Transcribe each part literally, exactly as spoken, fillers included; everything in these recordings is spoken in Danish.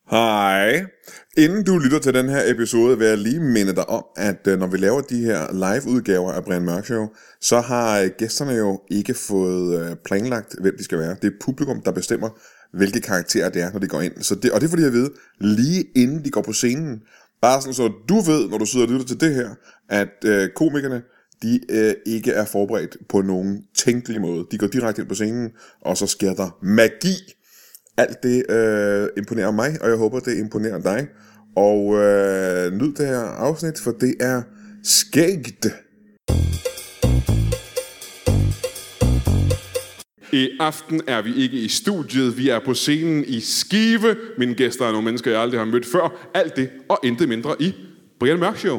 Hej. Inden du lytter til den her episode, vil jeg lige minde dig om, at når vi laver de her live-udgaver af Brian Mørk Show, så har gæsterne jo ikke fået planlagt, hvem de skal være. Det er publikum, der bestemmer, hvilke karakterer det er, når de går ind. Så det, og det får de at vide lige inden de går på scenen. Bare sådan, så du ved, når du sidder og lytter til det her, at øh, komikerne, de øh, ikke er forberedt på nogen tænkelig måde. De går direkte ind på scenen, og så sker der magi. Alt det øh, imponerer mig, og jeg håber, det imponerer dig. Og øh, nyd det her afsnit, for det er skægt. I aften er vi ikke i studiet, vi er på scenen i Skive. Mine gæster er nogle mennesker, jeg aldrig har mødt før. Alt det og intet mindre i Brian Mørk Show.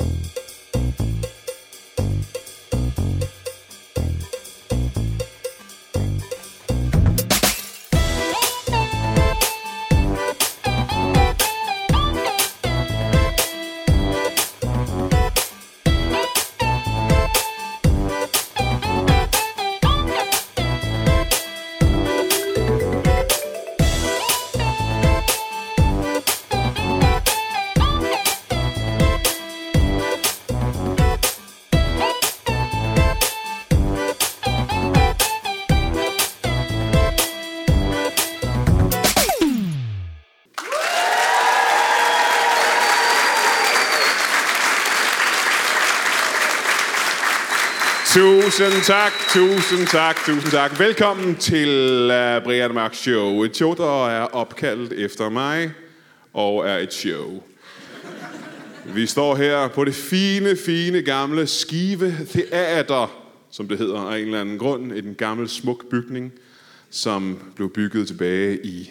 Tusind tak, tusind tak, tusind tak. Velkommen til uh, Brian Mørk Show. Et show, der er opkaldt efter mig, og er et show. Vi står her på det fine, fine, gamle Skive Teater, som det hedder af en eller anden grund. En gammel, smuk bygning, som blev bygget tilbage i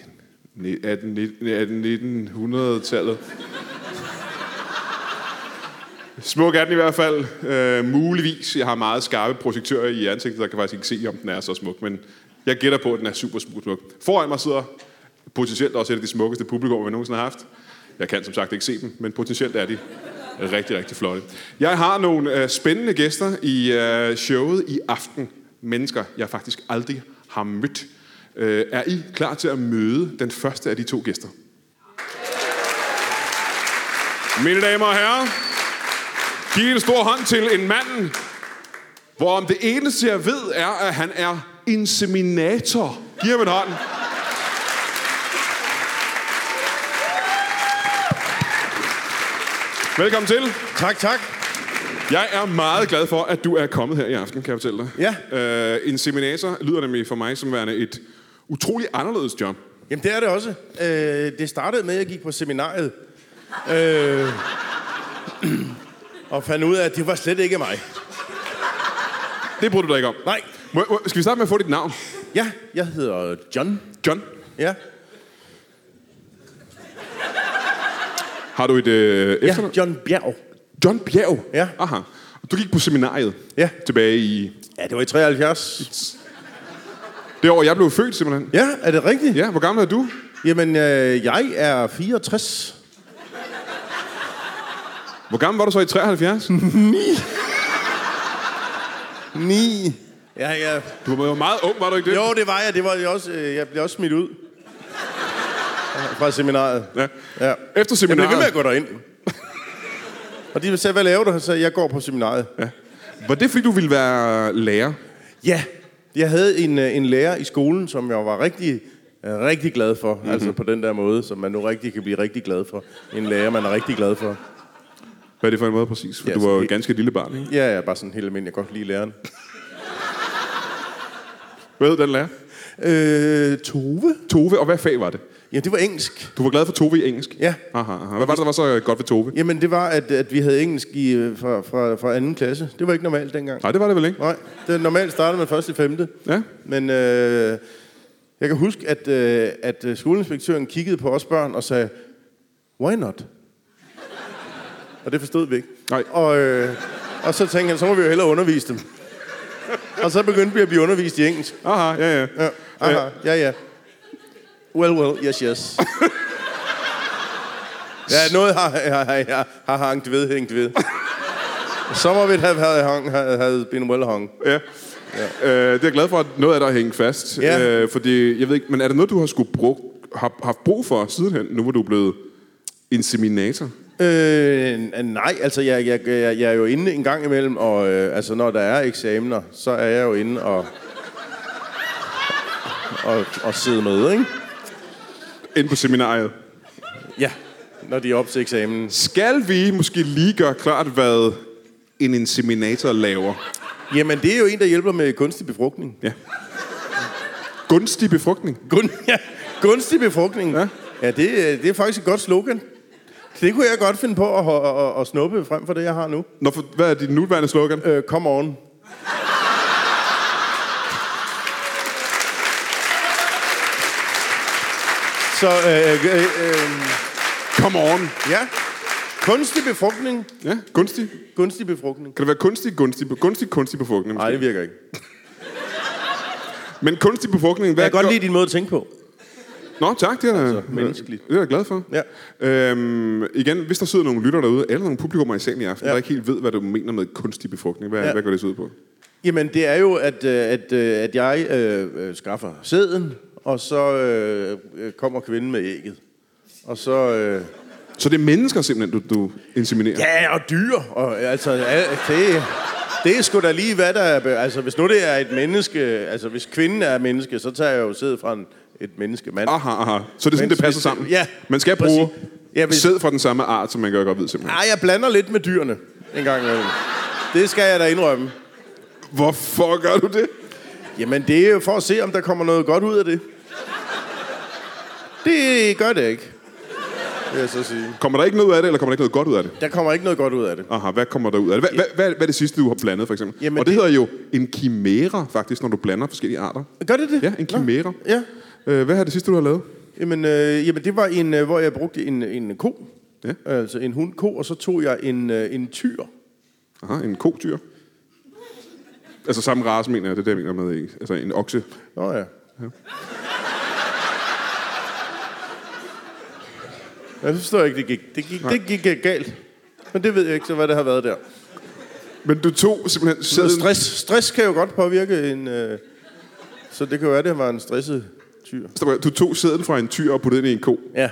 atten hundrede-tallet. Smuk er den i hvert fald. Øh, muligvis. Jeg har meget skarpe projektører i ansigtet, der kan faktisk ikke se, om den er så smuk. Men jeg gætter på, at den er super smuk. Foran mig sidder potentielt også et af de smukkeste publikum, vi nogensinde har haft. Jeg kan som sagt ikke se dem, men potentielt er de rigtig, rigtig flotte. Jeg har nogle øh, spændende gæster i øh, showet i aften. Mennesker, jeg faktisk aldrig har mødt. Øh, er I klar til at møde den første af de to gæster? Mine damer og herrer, giv en stor hånd til en mand, hvor om det eneste jeg ved er, at han er inseminator. Giv ham en hånd. Velkommen til. Tak, tak. Jeg er meget glad for, at du er kommet her i aften, kan jeg fortælle dig. Ja. Uh, inseminator lyder nemlig for mig som værende et utroligt anderledes job. Jamen det er det også. Uh, det startede med, at jeg gik på seminariet. Uh... Og fandt ud af, at det var slet ikke mig. Det bryder du dig ikke om? Nej. Må, må, skal vi starte med at få dit navn? Ja, jeg hedder John. John? Ja. Har du et øh, efternavn? Ja, John Bjerg. John Bjerg? Ja. Aha. Du gik på seminariet? Ja. Tilbage i... Ja, det var i treoghalvfjerds. Det år, jeg blev født, simpelthen? Ja, er det rigtigt? Ja, hvor gammel er du? Jamen, øh, jeg er fireogtres. Hvor gammel var du så i treoghalvfjerds? Ni. Ni. Ja, ja. Du var meget ung, var du ikke det? Jo, det var jeg. Det var jeg også. Jeg blev også smidt ud. Fra seminariet. Ja. Ja. Efter seminariet? Jeg blev ved med at gå derind. Og de sagde, hvad laver du? Så jeg går på seminariet. Ja. Var det, fordi du ville være lærer? Ja. Jeg havde en, en lærer i skolen, som jeg var rigtig, rigtig glad for. Mm-hmm. Altså på den der måde, som man nu rigtig kan blive rigtig glad for. En lærer, man er rigtig glad for. Hvad er det for en måde præcis? For ja, du var jo et helt... ganske lille barn, ikke? Ja, jeg er bare sådan helt almindelig. Jeg godt lide læreren. Hvad hed den lærer? Øh, Tove. Tove, og hvad fag var det? Ja, det var engelsk. Du var glad for Tove i engelsk? Ja. Aha, aha. Hvad var det, der var så godt ved Tove? Jamen, det var, at, at vi havde engelsk i, fra, fra, fra anden klasse. Det var ikke normalt dengang. Nej, det var det vel ikke? Nej, det normalt startede man først i femte. Ja. Men øh, jeg kan huske, at, øh, at skoleinspektøren kiggede på os børn og sagde, why not? Og det forstod vi ikke. Nej. Og, øh, og så tænkte han, så må vi jo hellere undervise dem. Og så begyndte vi at blive undervist i engelsk. Aha, ja, ja. Ja, aha, ja, ja. Well, well, yes, yes. Ja, noget har, har, har, har hangt ved, hængt ved. Some of it have, have, hung, have, have been well hung. Ja. Ja. Øh, det er jeg glad for, at noget af det har hængt fast. Ja. Øh, fordi, jeg ved ikke, men er det noget, du har skulle brugt har haft brug for sidenhen, nu hvor du er blevet inseminator? Øh, nej, altså jeg, jeg, jeg, jeg er jo inde en gang imellem, og øh, altså når der er eksamener, så er jeg jo inde og, og, og sidde med, ikke? Inde på seminariet? Ja, når de er op til eksamen. Skal vi måske lige gøre klart, hvad en inseminator laver? Jamen, det er jo en, der hjælper med kunstig befrugtning. Ja. Gunstig befrugtning? Gun, ja, gunstig befrugtning. Ja, ja det, det er faktisk et godt slogan. Det kunne jeg godt finde på at, at, at, at snuppe frem for det, jeg har nu. Nå, for, hvad er dit nuværende slogan? Øh, come on. Så, øh, øh, øh, come on. Ja. Kunstig befrugtning. Ja, gunstig. Gunstig befrugtning. Kan det være kunstig, gunstig, gunstig, kunstig befrugtning? Nej, det virker ikke. Men kunstig befrugtning... Hvad jeg kan godt lide din måde at tænke på. Nå, tak, det er altså, menneskeligt. Det er jeg glad for. Ja. Øhm, igen, hvis der sidder nogle lytter derude, eller nogle publikummer i salen i aften, ja. der ikke helt ved, hvad du mener med kunstig befrugtning. Hvad, ja. hvad går det så ud på? Jamen, det er jo, at, at, at jeg øh, skaffer sæden, og så øh, kommer kvinden med ægget. Og så... Øh, så det er mennesker simpelthen, du, du inseminerer? Ja, og dyr. Og, altså, det, det er sgu da lige, hvad der er... Altså, hvis nu det er et menneske... Altså, hvis kvinden er et menneske, så tager jeg jo sæd fra en, et menneske mand. Aha, aha. Så det er sådan, det passer sammen? Ja. Man skal bruge ja, hvis, sæd fra den samme art, som man gør godt ved simpelthen? Nej, jeg blander lidt med dyrene en gang imellem. Det skal jeg da indrømme. Hvorfor gør du det? Jamen, det er jo for at se, om der kommer noget godt ud af det. Det gør det ikke, vil jeg så sige. Kommer der ikke noget ud af det, eller kommer der ikke noget godt ud af det? Der kommer ikke noget godt ud af det. Aha, hvad kommer der ud af det? Hvad, hvad, hvad, hvad er det sidste, du har blandet, for eksempel? Jamen, og det, det hedder jo en kimæra, faktisk, når du blander forskellige arter. Gør det det? Ja, en kimæra. Ja. Øh, hvad er det sidste, du har lavet? Jamen, øh, jamen det var en, øh, hvor jeg brugte en, en ko. Ja. Altså en hundko, og så tog jeg en, øh, en tyr. Aha, en kotyr. Altså samme race, mener jeg, det er det, jeg mener med, ikke? Altså en okse. Nå ja. Ja. Jeg forstår ikke, det gik. Det gik, det gik galt. Men det ved jeg ikke, så hvad det har været der. Men du tog simpelthen sæden... Stress, stress kan jo godt påvirke en... Øh, så det kan jo være, det var en stresset tyr. Du tog sæden fra en tyr og puttede ind i en ko? Ja.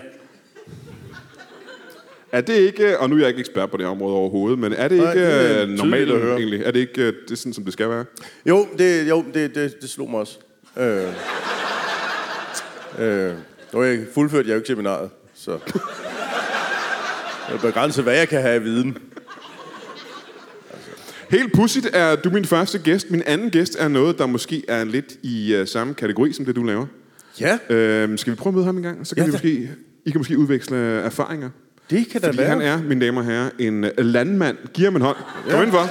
Er det ikke, og nu er jeg ikke ekspert på det her område overhovedet, men er det ikke Nej, det er normalt egentlig? Er det ikke det er sådan, som det skal være? Jo, det, jo, det, det, det slog mig også. Øh, øh, nu er jeg fuldført, jeg er jo ikke seminaret, så... Jeg er begrænset, hvad jeg kan have af viden. Helt pudsigt er du min første gæst. Min anden gæst er noget, der måske er lidt i uh, samme kategori, som det du laver. Ja. Øh, skal vi prøve at møde ham en gang? Så kan ja, vi måske, I kan måske udveksle erfaringer. Det kan da Fordi være. han er, mine damer og herrer, en landmand. Giv ham en hånd. Ja. Kom indenfor.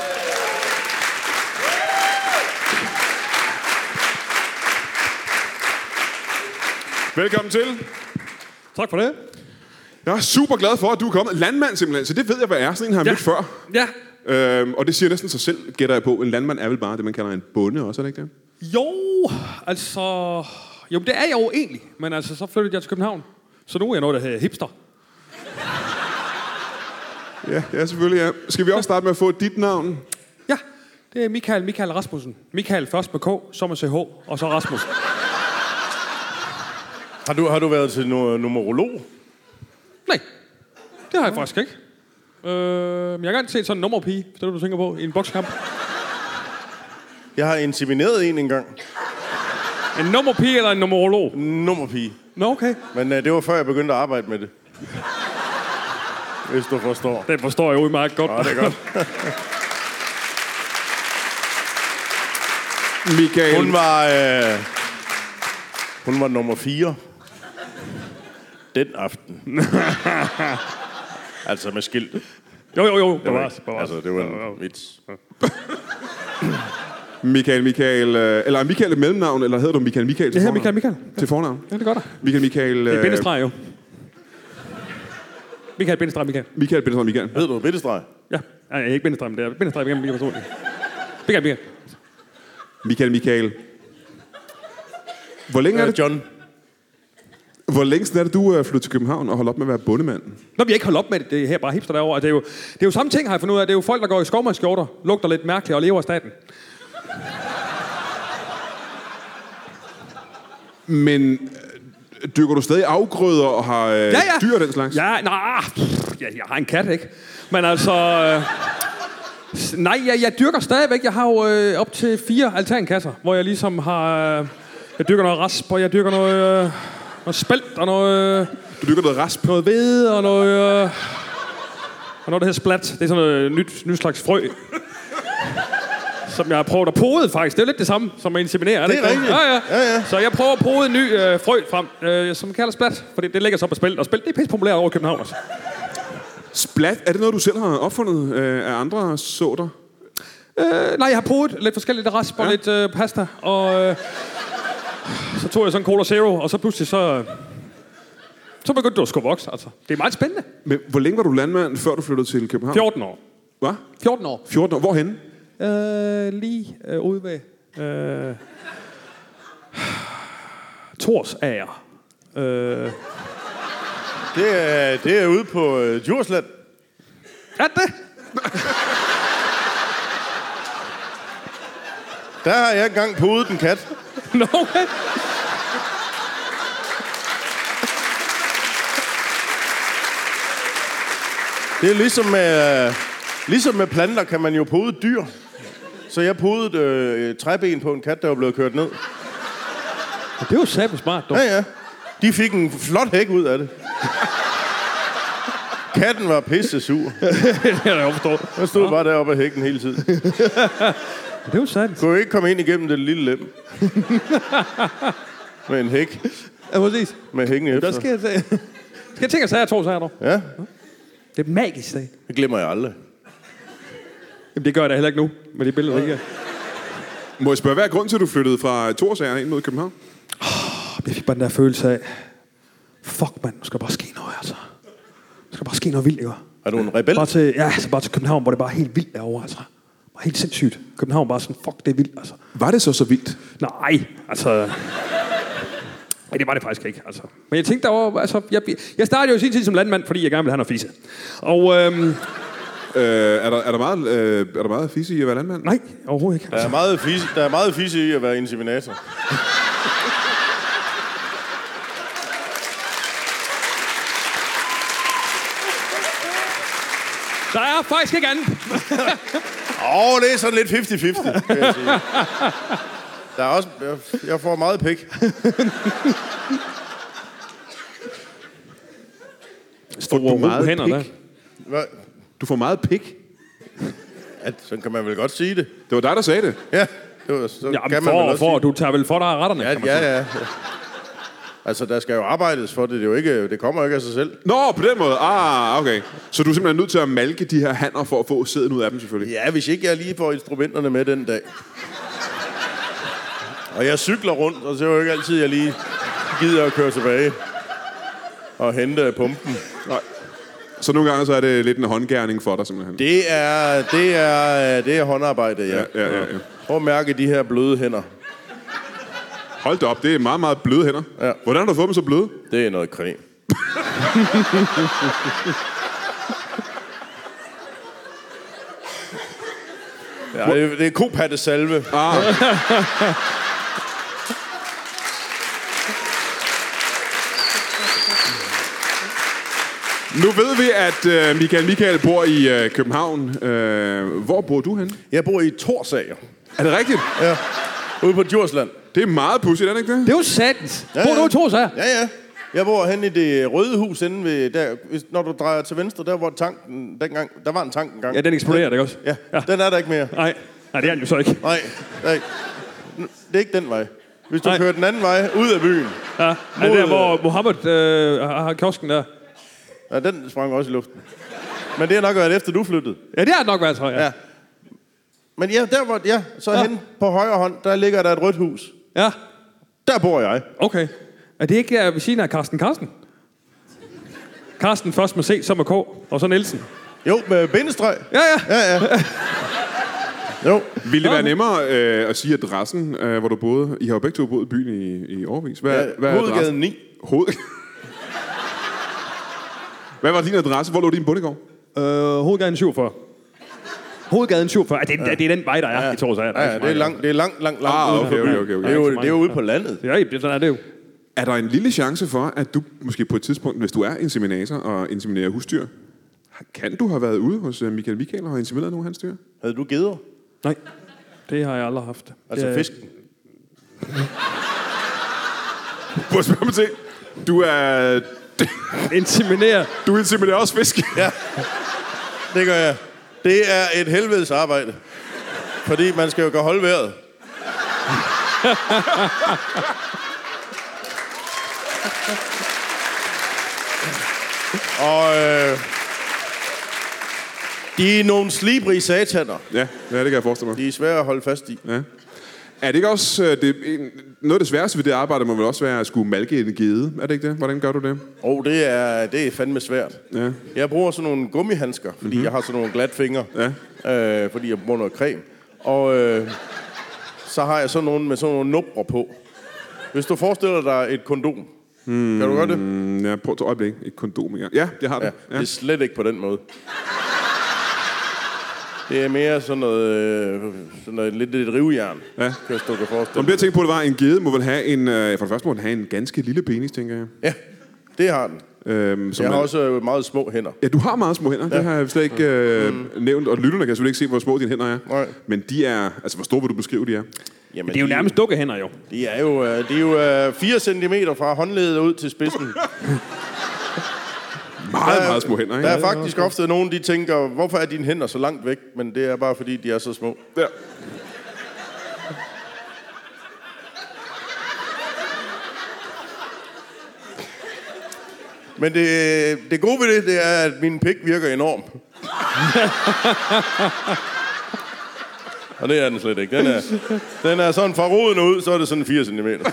Velkommen til. Tak for det. Jeg er super glad for, at du er kommet. Landmand simpelthen, så det ved jeg, hvad er. Sådan en har jeg ja. mødt før. Ja. Øhm, og det siger næsten sig selv, gætter jeg på. En landmand er vel bare det, man kalder en bonde også, er det ikke det? Jo, altså... Jo, det er jeg jo egentlig. Men altså, så flyttede jeg til København. Så nu er jeg noget, der hedder hipster. Ja, ja, selvfølgelig, ja. Skal vi også starte med at få dit navn? Ja, det er Michael Michael Rasmussen. Michael først med K, så med C H, og så Rasmussen. Har du, har du været til no- numerolog? Nej, det har jeg faktisk ikke. Øh, men jeg har gerne set sådan en nummerpige, hvis det er det, du tænker på, i en bokskamp. Jeg har insemineret en engang. En nummerpige eller en numerolog? Nummerpige. Nå, okay. Men øh, det var før jeg begyndte at arbejde med det. Hvis du forstår. Det forstår jeg jo meget godt. Ja, det er godt. Michael. Hun var... Øh, hun var nummer fire. Den aften. Altså med skiltet. Jo, jo, jo. Det var, altså, det var en vits. Michael, Michael... Øh, eller er Michael et mellemnavn, eller hedder du Michael Michael til fornavn? Det hedder Michael Michael. Til fornavn? Ja, det gør der. Michael Michael... Øh, det er bindestreg, jo. Michael bindestreg Michael. Michael bindestreg Michael. Ved du bindestreg? Ja. Nej, jeg er ikke bindestreg, men det er bindestreg Michael Michael personligt. Michael Michael. Michael Michael. Hvor længe er det... John. Hvor længe siden er det, du er flyttet til København og holdt op med at være bondemand? Nå, vi har ikke holdt op med det. Det er her bare hipster derovre. Det er jo, det er jo samme ting, har jeg fundet ud af. Det er jo folk, der går i skovmandsskjorter, lugter lidt mærkeligt og lever af staten. Men dyrker du stadig afgrøder og har øh, ja, ja. dyr og den slags? Ja, nej, ja, jeg har en kat, ikke? Men altså... Øh, nej, jeg, jeg dyrker stadigvæk. Jeg har jo øh, op til fire altankasser, hvor jeg ligesom har... Øh, jeg dyrker noget rasp, og jeg dyrker noget, øh, noget spelt, og noget... Øh, du dyrker noget rasp? Noget hvede, og noget... Øh, og noget, der hedder splat. Det er sådan noget nyt, nyt slags frø. Som jeg har prøvet at pode, faktisk. Det er lidt det samme, som at inseminere. Er det, det er rigtigt. Ja, ja. Ja, ja. Så jeg prøver at pode en ny øh, frø frem, øh, som kalder splat. Fordi det ligger så på spil. Og spil, det er pisse populært over i København også. Splat? Er det noget, du selv har opfundet øh, af andre sorter? Øh, nej, jeg har podet lidt forskelligt rasp og ja. lidt øh, pasta. Og øh, så tog jeg sådan en Cola Zero, og så pludselig så... Så begyndte du at skulle vokse, altså. Det er meget spændende. Men hvor længe var du landmand, før du flyttede til København? fjorten år. Hvad? fjorten år. fjorten år. Hvorhenne? Øh, lige øh, ude ved... Øh, Torsager. Øh, Det er, det er ude på øh, Djursland. er det? Der har jeg engang podet en kat. Nå, okay. Det er ligesom med, øh, ligesom med planter kan man jo pode dyr. Så jeg podede øh, træben på en kat, der var blevet kørt ned. Det er jo satme smart, dog. Ja, ja. De fik en flot hæk ud af det. Katten var pisse sur. Det er jeg forstået. Den stod bare deroppe af hækken hele tiden. Det er jo sandt. Kunne jo ikke komme ind igennem det lille lem. Med en hæk. Ja, præcis. Med hækken efter. Der skal jeg tage... Skal jeg tænke at sige, at jeg tror, der. Ja. Det er magisk, det. Det glemmer jeg aldrig. Jamen, det gør jeg da heller ikke nu, med de billeder, der ikke er. Må jeg spørge, hvad er grunden til, at du flyttede fra Torsager ind mod København? Oh, jeg fik bare den der følelse af... Fuck, mand, nu skal der bare ske noget, altså. Nu skal der bare ske noget vildt, ikke? Er du en rebel? Bare til, ja, altså bare til København, hvor det bare er helt vildt derovre, altså. Bare helt sindssygt. København bare sådan, fuck, det er vildt, altså. Var det så så vildt? Nej, altså... Nej, det var det faktisk ikke, altså. Men jeg tænkte, der var, altså... Jeg, jeg startede jo i sin tid som landmand, fordi jeg gerne ville have noget fisse. Og, øhm... Øh, er, der, er, der meget, øh, er der meget fisse i at være landmand? Nej, overhovedet ikke. Der er meget fisse, der er meget fisse i at være inseminator. Der er faktisk ikke andet. Åh, oh, det er sådan lidt halvtreds halvtreds, kan jeg sige. Der er også... Jeg, jeg får meget pik. Store meget hænder, pik? der. Hvad? Du får meget pik. Ja, sådan kan man vel godt sige det. Det var dig, der sagde det. Ja, det var, så Ja, kan man for, vel også for, sige. du tager vel for dig af retterne, Ja, kan man ja, sige. ja, ja. Altså, der skal jo arbejdes for det. Det, er jo ikke, det kommer jo ikke af sig selv. Nå, på den måde. Ah, okay. Så du er simpelthen nødt til at malke de her hanner for at få sæden ud af dem, selvfølgelig. Ja, hvis ikke jeg lige får instrumenterne med den dag. Og jeg cykler rundt, og så er det jo ikke altid, jeg lige gider at køre tilbage og hente pumpen. Nej. Så nogle gange så er det lidt en håndgerning for dig, simpelthen. Det er, det er, det er håndarbejde, ja. Ja, ja, ja, ja. Prøv at mærke de her bløde hænder. Hold da op, det er meget, meget bløde hænder. Ja. Hvordan har du fået dem så bløde? Det er noget creme. Ja, det, det er kopattesalve. Ah. Nu ved vi, at uh, Michael Michael bor i uh, København. Uh, hvor bor du henne? Jeg bor i Torsager. Er det rigtigt? Ja, ude på Djursland. Det er meget pudsigt, er det ikke det? Det er jo satans. Ja, Bor du ja. i Torsager? Ja, ja. Jeg bor hen i det røde hus inde ved, der, hvis, når du drejer til venstre, der hvor tanken, dengang, der var en tank engang. Ja, den eksploderer, ikke også? Ja, ja, den er der ikke mere. Nej, nej, det er den jo så ikke. Nej, der er ikke. Det er ikke den vej. Hvis du Nej. kører den anden vej ud af byen. Ja, er det der, hvor Mohammed øh, har har kiosken der? Ja, den sprang også i luften. Men det har nok været efter, du flyttede. Ja, det har det nok været, tror jeg. Ja. Men ja, der hvor, ja, så Ja. hen på højre hånd, der ligger der et rødt hus. Ja, Der bor jeg. okay. Er det ikke uh, ved siden af Carsten Carsten? Carsten først med C, så med K, og så Nielsen. Jo, med bindestreg. Ja, ja. Ja, ja. Jo. Ville det være nemmere øh, at sige adressen, øh, hvor du boede? I har jo begge to boet i byen i, i Aarhus. Hvad, Ja, hvad er Hovedgade adressen? ni. Hoved... Hvad var din adresse? Hvor lå din bondegård? Øh, Hovedgaden syvogfyrre. Hovedgaden syvogfyrre. Ja, det, er, det er den vej, der er ja. i Torsager. Ja, ja, det er langt, det er langt, langt, langt Ah, ude okay, på okay, byen. okay, okay. Det er jo, det er jo ude på landet. Ja, det- sådan er det jo. Er der en lille chance for, at du måske på et tidspunkt, hvis du er inseminator og inseminerer husdyr, kan du have været ude hos Michael Michael og have insemineret nogle af hans dyr? Havde du geder? Nej, det har jeg aldrig haft. Altså det er... fisken? Prøv at spørge mig til. Du er... Inseminerer. Du inseminerer også fisk. Ja, det gør jeg. Det er et helvedes arbejde. Fordi man skal jo gøre holde vejret. Og øh, de er nogle slibrige sataner. Ja, ja, det kan jeg forestille mig. De er svære at holde fast i. Ja. Er det ikke også... øh, Det, en, noget af det sværeste ved det arbejde må vel også være at skulle malke en gede? Er det ikke det? Hvordan gør du det? Og det er, det er fandme svært. Ja. Jeg bruger sådan nogle gummihandsker, fordi mm-hmm. jeg har sådan nogle glat fingre. Ja. Øh, fordi jeg bruger noget creme. Og øh, så har jeg sådan nogle med sådan nogle nubber på. Hvis du forestiller dig et kondom, hmm, kan du gøre det? Ja, prøv et øjeblik. Et kondom, ja. Ja, det har det. Ja, Ja. det er slet ikke på den måde. Det er mere sådan noget, øh, sådan noget lidt et rivjern, Ja. hvis du kan forestille Om det jeg tænker på, det var, en gede må vel have en... Øh, for det første må den have en ganske lille penis, tænker jeg. Ja, det har den. Øhm, som Jeg har man, også øh, meget små hænder. Ja, du har meget små hænder. Ja. Det har jeg slet ikke øh, mm. nævnt. Og lytterne kan selvfølgelig ikke se, hvor små dine hænder er. Nej. Men de er... Altså, hvor store vil du beskrive, de er? Jamen, Det er jo nærmest dukkehænder, jo. De er jo, øh, de er jo øh, fire centimeter fra håndledet ud til spidsen. Meget, Der er- meget små hænder, ikke? Der er faktisk ofte nogen, de tænker, hvorfor er dine hænder så langt væk? Men det er bare fordi, de er så små. Ja. Men det, det gode ved det, det er, at min pik virker enormt. Og det er den slet ikke. Den er, den er sådan fra roden ud, så er det sådan fire centimeter.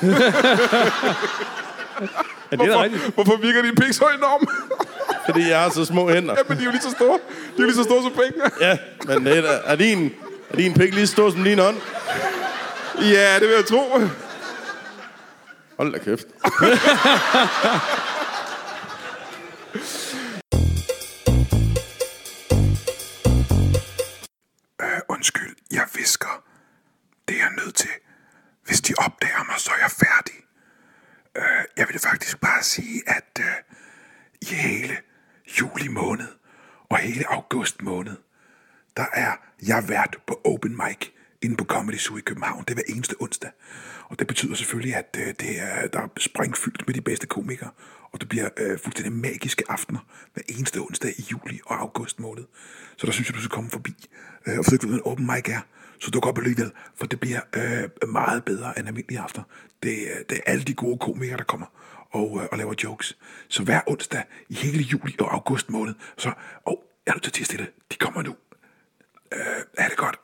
Ja, det er da Hvorfor, rigtigt. hvorfor virker din pik så enorm? Fordi jeg har så små hænder. Ja, men de er jo lige så store. De er jo lige så store som pikken. Ja, men det er, er, din, er din pik lige så stor som din hånd? Ja, det vil jeg tro. Hold da kæft. Øh, undskyld, jeg visker. Det er jeg nødt til. Hvis de opdager mig, så er jeg færdig. Øh, jeg vil faktisk bare sige, at øh, i hele juli måned og hele august måned, der er jeg vært på open mic inde på Comedy Zoo i København. Det er hver eneste onsdag. Og det betyder selvfølgelig, at øh, det er, der er sprængfyldt med de bedste komikere. Og det bliver øh, fuldstændig magiske aftener hver eneste onsdag i juli og august måned. Så der synes jeg, du skal komme forbi øh, og forsøge, hvad en open mic er. Så duk op alligevel, for det bliver øh, meget bedre end almindelige aftener. Det, øh, det er alle de gode komikere, der kommer og, øh, og laver jokes. Så hver onsdag i hele juli og august måned. Så, åh, jeg er nødt til at stille. De kommer nu. Øh, er det godt?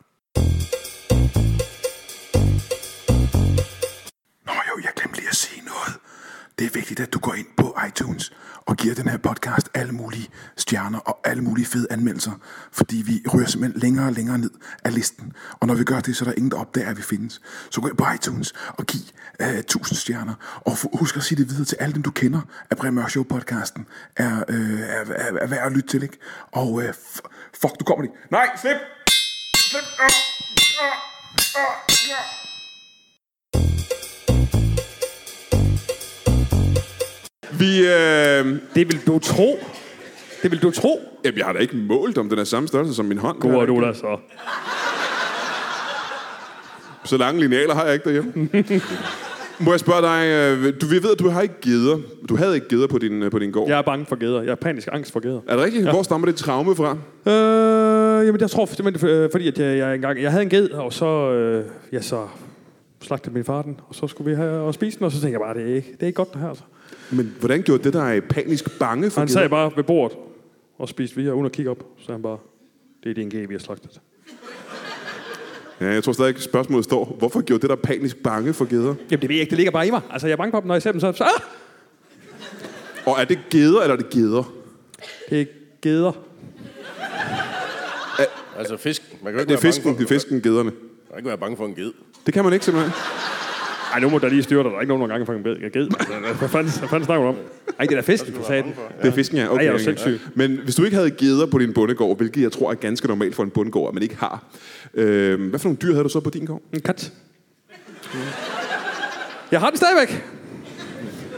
Nå jo, jeg glemte lige at sige noget. Det er vigtigt, at du går ind på iTunes og giver den her podcast alle mulige stjerner og alle mulige fede anmeldelser, fordi vi ryger simpelthen længere og længere ned af listen. Og når vi gør det, så er der ingen, der opdager, at vi findes. Så gå ind på iTunes og giv uh, tusind stjerner. Og husk at sige det videre til alle dem, du kender, at Brian Mørk Show-podcasten er, uh, er, er, er værd at lytte til, ikke? Og uh, f- fuck, du kommer lige. Nej, slip! Slip! Uh, uh, uh, uh. Vi, øh... Det vil du tro. Det vil du tro. Jamen, jeg har da ikke målt, om den er samme størrelse som min hånd. God Har er jeg du ikke. da så. Så lange linealer har jeg ikke derhjemme. Må jeg spørge dig, øh, du vi ved, at du har ikke geder. Du havde ikke geder på din, øh, på din gård. Jeg er bange for geder. Jeg er panisk angst for geder. Er det rigtigt? Ja. Hvor stammer det traume fra? Øh, jamen, jeg tror simpelthen, øh, fordi at jeg, jeg engang... Jeg havde en ged, og så... Øh, ja, så slagtede min far den, og så skulle vi have og spise den, og så tænkte jeg bare, det er ikke, det er ikke godt, det her, altså. Men hvordan gjorde det dig panisk bange for Han geder? sad bare ved bordet og spiste videre, uden at kigge op. Så han bare, det er din ged, vi har slagtet. Ja, jeg tror stadig, spørgsmålet står, hvorfor gjorde det dig panisk bange for geder? Jamen, det ved jeg ikke, det ligger bare i mig. Altså, jeg er bange for dem, når jeg ser dem, så... så ah! Og er det geder, eller er det geder? Det er geder. Altså fisken. Man kan jo ikke Det er være fisken, bange det er fisken, gederne. for, man kan ikke være bange for en ged. Det kan man ikke simpelthen. Ej, nu må der lige styre dig. Der er ikke nogen, der gange for en ged. Hvad fanden, hvad fanden snakker du om? Ej, det er da fisken, for satan. Det er fisken, ja. Okay, Ej, jeg er jo okay. sindssyg. Men hvis du ikke havde geder på din bondegård, hvilket jeg tror er ganske normalt for en bondegård, at man ikke har. Øh, hvad for nogle dyr havde du så på din gård? En kat. Jeg har den stadigvæk.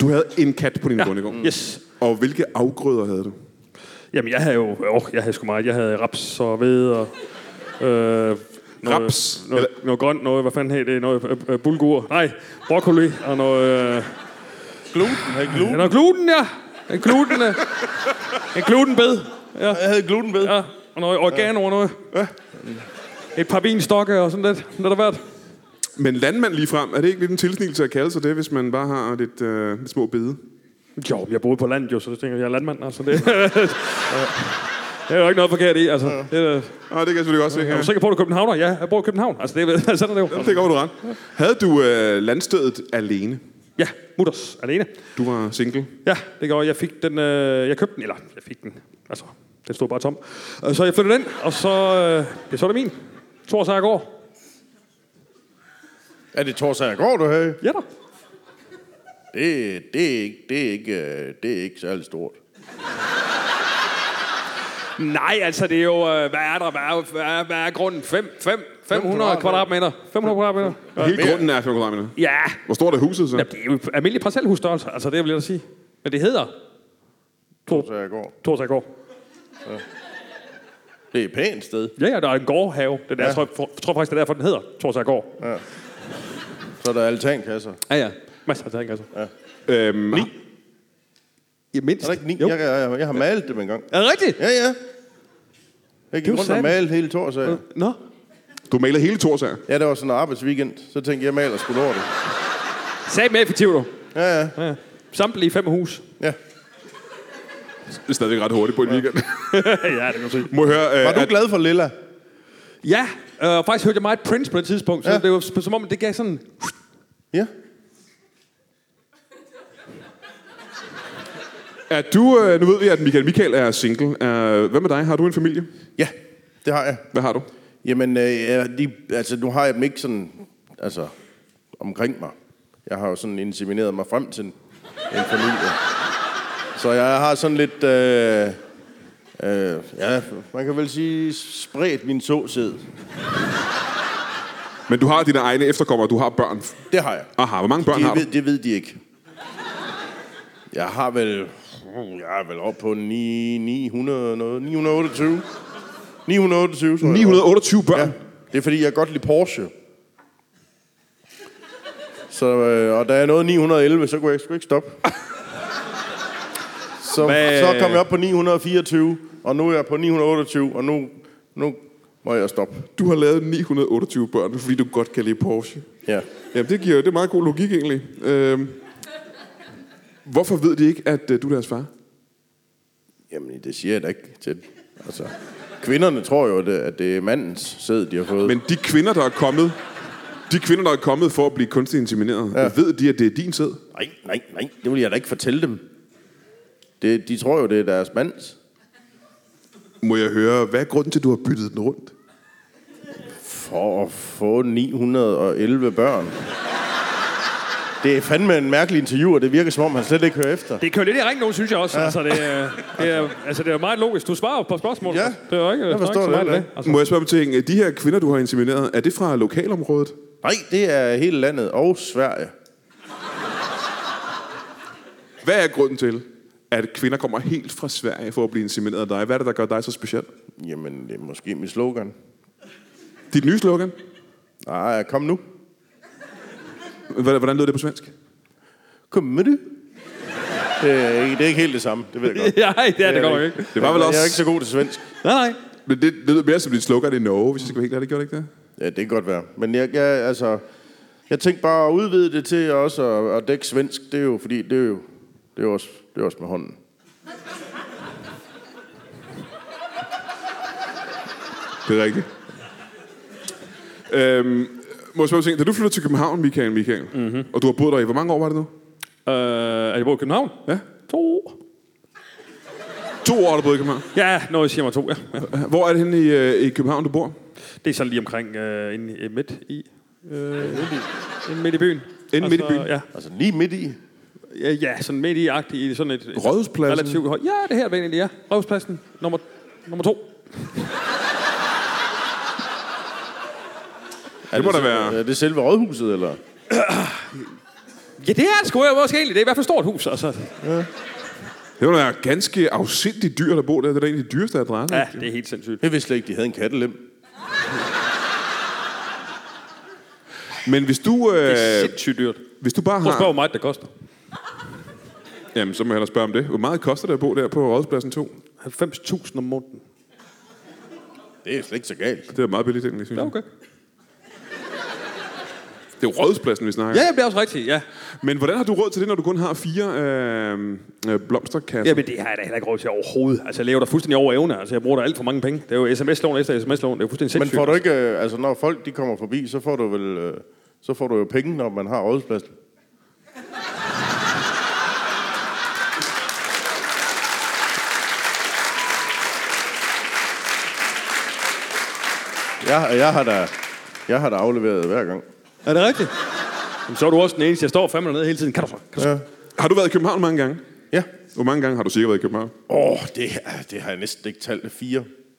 Du havde en kat på din ja. bondegård? Yes. Og hvilke afgrøder havde du? Jamen, jeg havde jo... Åh, jeg havde sgu meget. Jeg havde raps og ved og... Øh, noget, Raps? Noget, noget grønt, noget... Hvad fanden hed det? Noget øh, øh, bulgur. Nej, broccoli og noget... Øh, Gluten? Havde gluten? ja, noget gluten, ja. En gluten... Øh, en glutenbed. Ja. Jeg havde glutenbed. Ja, og noget organo og noget. Ja. Et par vinstokke og sådan lidt. Lidt af hvert. Men landmand lige frem, er det ikke lidt en tilsnigelse at kalde sig det, hvis man bare har lidt, øh, lidt små bede? Jo, jeg boede på landet jo, så jeg tænker, jeg er landmand, altså det... Det er jo ikke noget forkert i, altså. Det, ja, det kan jeg selvfølgelig godt se. Ja. Er du sikker på, at du er københavner? Ja, jeg bor i København. Altså, det er sådan er det jo. Ja, det går du ret. Havde du øh, landstedet alene? Ja, mutters alene. Du var single? Ja, det gjorde jeg. Jeg fik den, øh, jeg købte den, eller jeg fik den, altså, den stod bare tom. Så jeg flyttede den, og så, øh, ja, så er det min. Torsagergård. Er det Torsagergård, du havde? Ja da. Det, det, er ikke, det, er ikke, det er ikke særlig stort. Nej, altså det er jo, øh, hvad er der, hvad er, hvad er, hvad er grunden? fem, fem, fem hundrede kvadratmeter. fem hundrede kvadratmeter. Ja. Hele grunden er fem kvadratmeter? Ja. Hvor stort er huset så? Ja, det er jo almindelig parcelhusstørrelse, altså det vil jeg da sige. Men det hedder Torsagergård. Torsagergård. Ja. Det er et pænt sted. Ja, ja, der er en gårdhave. Det der, ja. Jeg tror, for, tror faktisk, det er derfor, den hedder Torsagergård. Ja. Så er der altankasser. Ja, ja. Masser af altankasser. Ja. Øhm, ni. Ja, mindst. Er der ikke ni? Jeg, jeg, jeg har malet dem engang. Er det rigtigt? Ja, ja. Jeg gik rundt og malet hele Torsager. Nå. Du malede hele Torsager? Ja, det var sådan en arbejdsweekend. Så tænkte jeg, jeg maler sgu lortet. Sag med effektivt, du. Ja, ja. Ja. Samtlige fem hus. Ja. Det er stadigvæk ret hurtigt på en weekend. Ja, det kan du se. Må jeg høre, øh, Var du at... glad for Lilla? Ja, øh, faktisk hørte jeg meget Prince på det tidspunkt, så Ja. det var som om, det gav sådan... Ja. Er du, øh, nu ved vi, at Michael Michael er single. Uh, hvad med dig? Har du en familie? Ja, det har jeg. Hvad har du? Jamen, øh, ja, de, altså, nu har jeg dem ikke sådan, altså, omkring mig. Jeg har jo sådan insemineret mig frem til en, en familie. Så jeg har sådan lidt, øh, øh, ja, man kan vel sige, spredt min såsæd. Men du har dine egne efterkommere, du har børn. Det har jeg. Aha, hvor mange børn De har ved, du? det ved de ikke. Jeg har vel, jeg er vel oppe på ni, ni hundrede noget, ni hundrede otteogtyve. ni hundrede otteogtyve, tror jeg. ni hundrede otteogtyve børn? Ja, det er fordi, jeg godt lide Porsche. Så, øh, og da jeg nåede ni hundrede og elleve, så kunne jeg sgu ikke stoppe. Så, Hvad? så kom jeg op på ni hundrede og fireogtyve, og nu er jeg på ni hundrede og otteogtyve, og nu, nu må jeg stoppe. Du har lavet ni hundrede otteogtyve børn, fordi du godt kan lide Porsche. Ja. Jamen, det giver det er meget god logik, egentlig. Øhm, hvorfor ved de ikke, at øh, du er deres far? Jamen, det siger jeg da ikke til. Altså, kvinderne tror jo, at det, at det er mandens sæd, de har fået. Men de kvinder, der er kommet, de kvinder, der er kommet for at blive kunstigt insemineret, ja. ved de, at det er din sæd? Nej, nej, nej. Det vil jeg da ikke fortælle dem. Det, de tror jo, det er deres mands. Må jeg høre, hvad er grunden til, at du har byttet den rundt? For at få ni hundrede og elleve børn. Det er fandme en mærkelig interview, og det virker som om, han slet ikke hører efter. Det kører lidt i ring nu, synes jeg også. Ja. Altså, det er, det er, altså, det er meget logisk. Du svarer på spørgsmål. Ja, det er jo ikke, jeg forstår ikke så det. meget det. Altså. Må jeg spørge på ting? De her kvinder, du har insemineret, er det fra lokalområdet? Nej, det er hele landet og Sverige. Hvad er grunden til, at kvinder kommer helt fra Sverige for at blive insemineret af dig? Hvad er det, der gør dig så speciel? Jamen, det er måske mit slogan. Dit nye slogan? Nej, kom nu. Hvordan lød det på svensk? Kom med det. Det er, ikke, det er ikke helt det samme, det ved jeg godt. Nej, det er det, det går ikke. Det var vel også... Jeg er ikke så god til svensk. Nej, nej. Men det, det lød mere som dit slogan i Norge, hvis jeg skal være helt ærlig. Gjorde det ikke det? Ja, det kan godt være. Men jeg, jeg, altså, jeg tænkte bare at udvide det til også at, at dække svensk. Det er jo, fordi det er jo, det er også, det er også med hånden. Det er rigtigt. Øhm, må jeg spørge ting. Da du flyttede til København, Michael, Michael, mm-hmm. og du har boet der i, hvor mange år var det nu? Øh, er jeg boet i København? Ja. To år. To år har du boet i København? Ja, noget siger mig to, ja. ja. Hvor er det henne i, øh, i København, du bor? Det er sådan lige omkring øh, inde, øh, midt i... Øh, midt i inde midt i byen. Inde midt i byen? Ja. Altså lige midt i. Ja, ja, sådan midt i-agtigt i sådan et... et Rådhuspladsen? Relativt højt. Ja, det her er egentlig, ja. Rådhuspladsen. Nummer, nummer to. Er det må det, da være... Er det selve rådhuset, eller? Ja, det er det sgu måske egentlig. Det er i hvert fald et stort hus, altså. Ja. Det var da ganske afsindigt dyr, der bor der. Det er da en af de dyreste adresser. Ja, det er helt sindssygt. Jeg vidste slet ikke, de havde en kattelem. Men hvis du... Øh, det er sindssygt dyrt. Hvis du bare har... Prøv at spørge, hvor meget det koster. Jamen, så må jeg hellere spørge om det. Hvor meget koster det at bo der på Rådhuspladsen to? halvfems tusind om måneden. Det er slet ikke så galt. Det er meget billigt, egentlig, synes Ja, jeg. okay. Det er jo Rådhuspladsen, vi snakker. Ja, det er også rigtigt, ja. Men hvordan har du råd til det, når du kun har fire øh, øh, blomsterkasser? Jamen, det har jeg da heller ikke råd til overhovedet. Altså, jeg lever der fuldstændig over evne. Altså, jeg bruger der alt for mange penge. Det er jo sms-lån efter sms-lån. Det er jo fuldstændig Men sindssygt. får du ikke... øh, Altså, når folk de kommer forbi, så får du vel... øh, Så får du jo penge, når man har Rådhuspladsen. Jeg, jeg, har da, jeg har da afleveret hver gang. Er det rigtigt? Jamen, så er du også den eneste. Jeg står fandme dernede hele tiden. Kan du så? Kan du så? Ja. Har du været i København mange gange? Ja. Hvor mange gange har du sikkert været i København? Åh, oh, det, det har jeg næsten ikke talt. Fire.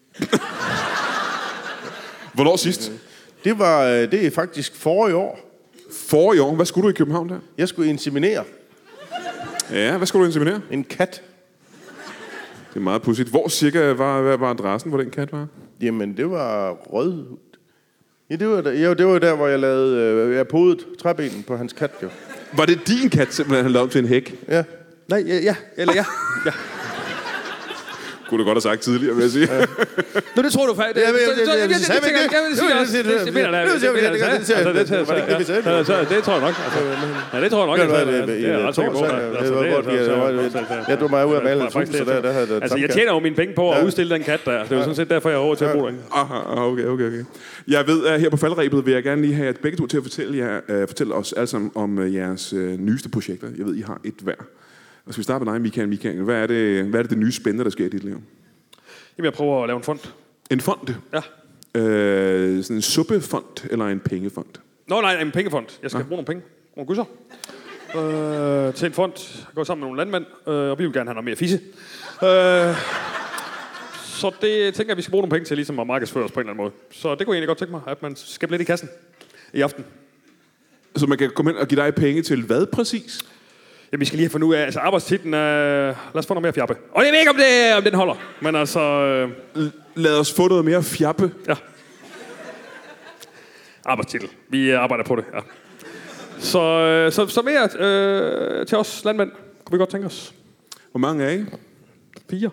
Hvornår sidst? Det var øh, det er faktisk forrige år. Forrige år. Hvad skulle du i København der? Jeg skulle inseminere Ja, hvad skulle du inseminere? en kat. Det er meget pudsigt. Hvor cirka var, hvad var adressen, hvor den kat var? Jamen, det var rød. Ja, det var der, ja, det var der hvor jeg lavede... Øh, jeg podede træbenen på hans kat, jo. Var det din kat, simpelthen, han lavede om til en hæk? Ja. Nej, ja, ja. Eller ja. ja. Kunne du godt have sagt tidligere, vil jeg sige. Ja. Nå, det tror du faktisk. Ja, men- ja, ja, ja, det sagde vi ikke det? Jeg vil sige Jo, også. det- det- Det mener jeg. det- det- det- det- det- Altså, det det- var det ikke det, vi sagde? ja, så- Det tror jeg nok. Altså, Ja, det tror jeg nok. Det var altså, det, det i er jeg ret sikker på. torsdag. Altså, Det var det er godt, så- jeg- så- jeg- så- så- jeg tog mig ud af malen, faktisk så det, der- der havde jeg Altså, jeg tabt tjener jo mine penge på at udstille den kat der. Det er jo sådan set derfor, jeg har råd til at bruge den. Aha, okay, okay, okay. Jeg ved, at her på faldrebet vil jeg gerne lige have at begge to til at fortælle, jer, uh, fortælle os alle sammen om uh, jeres uh, nyeste projekter. Jeg ved, I har et hver. Og skal vi starte med dig, Michael? Michael, hvad er det, hvad er det, det nye spændende, der sker i dit liv? Jamen, jeg prøver at lave en fond. En fond? Ja. Øh, sådan en suppefond eller en pengefond? Nå, nej, en pengefond. Jeg skal bruge nogle penge. Nogle gudser. Øh, til en fond. Jeg går sammen med nogle landmænd, øh, og vi vil gerne have noget mere fisse. Øh, så det tænker jeg, vi skal bruge nogle penge til ligesom at markedsføre os på en eller anden måde. Så det kunne jeg egentlig godt tænke mig, at man skal lidt i kassen i aften. Så man kan komme ind og give dig penge til hvad præcis? Ja, vi skal lige have fundet ud af, altså arbejdstitlen, øh, lad os få noget mere fjappe. Og jeg ved ikke, om, det, om den holder, men altså... Øh, Lad os få noget mere fjappe. ja. Arbejdstitel. Vi arbejder på det, ja. Så, øh, så, så mere øh, til os landmænd, kunne vi godt tænke os. Hvor mange er I? Fire.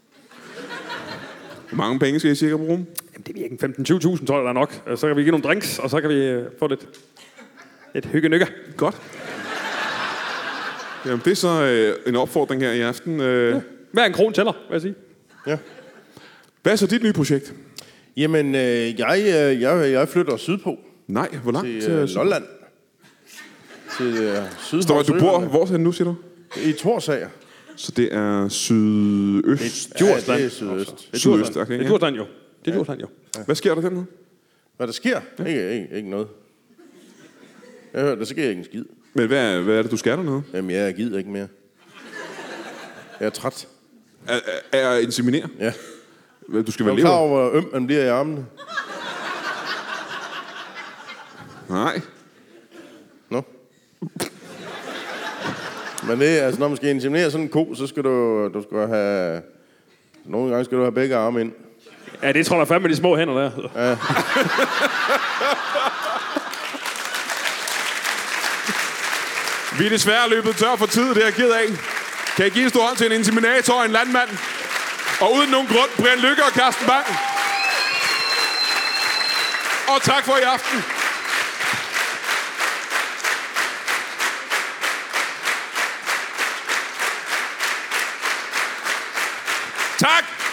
Hvor mange penge skal I cirka bruge? Jamen, det er ikke femten til tyve tusind, tror jeg, der er nok. Så kan vi give nogle drinks, og så kan vi øh, få lidt, lidt hygge-nykker. Godt. Jamen, det er så øh, en opfordring her i aften. Øh. Ja. Hver en kron tæller, vil jeg sige. Ja. Hvad er så dit nye projekt? Jamen, øh, jeg, øh, jeg, jeg flytter sydpå Nej, hvor langt? til til øh, syd- Lolland. Til øh, Sydhavnsøerne. Står du bor hvor hen nu, siger du? I Torsager. Så det er sydøst. Ja, det er sydøst. Det er Sydøst, Djursland. okay, Det er ja. Djursland jo. Det er Djursland jo. Hvad sker der dernede? Hvad der sker? Ja. Ikke, ikke, ikke noget. Jeg hørte, der sker ikke en skid. Men hvad er, hvad er det, du skal dernede? Jamen, jeg gider ikke mere. Jeg er træt. Er, er, er at inseminere? Ja. Du skal Er vel du klar leve? over, hvor øm man bliver i armene? Nej. Nå. Men det er, altså, når man skal inseminere sådan en ko, så skal du, du skal have... Nogle gange skal du have begge arme ind. Ja, det tror jeg fandme de små hænder der. Ja. Vi er desværre løbet tør for tid, det er jeg ked af. Kan I give en stor hånd til en inseminator og en landmand? Og uden nogen grund, Brian Lykke og Carsten Bang. Og tak for i aften. Tak!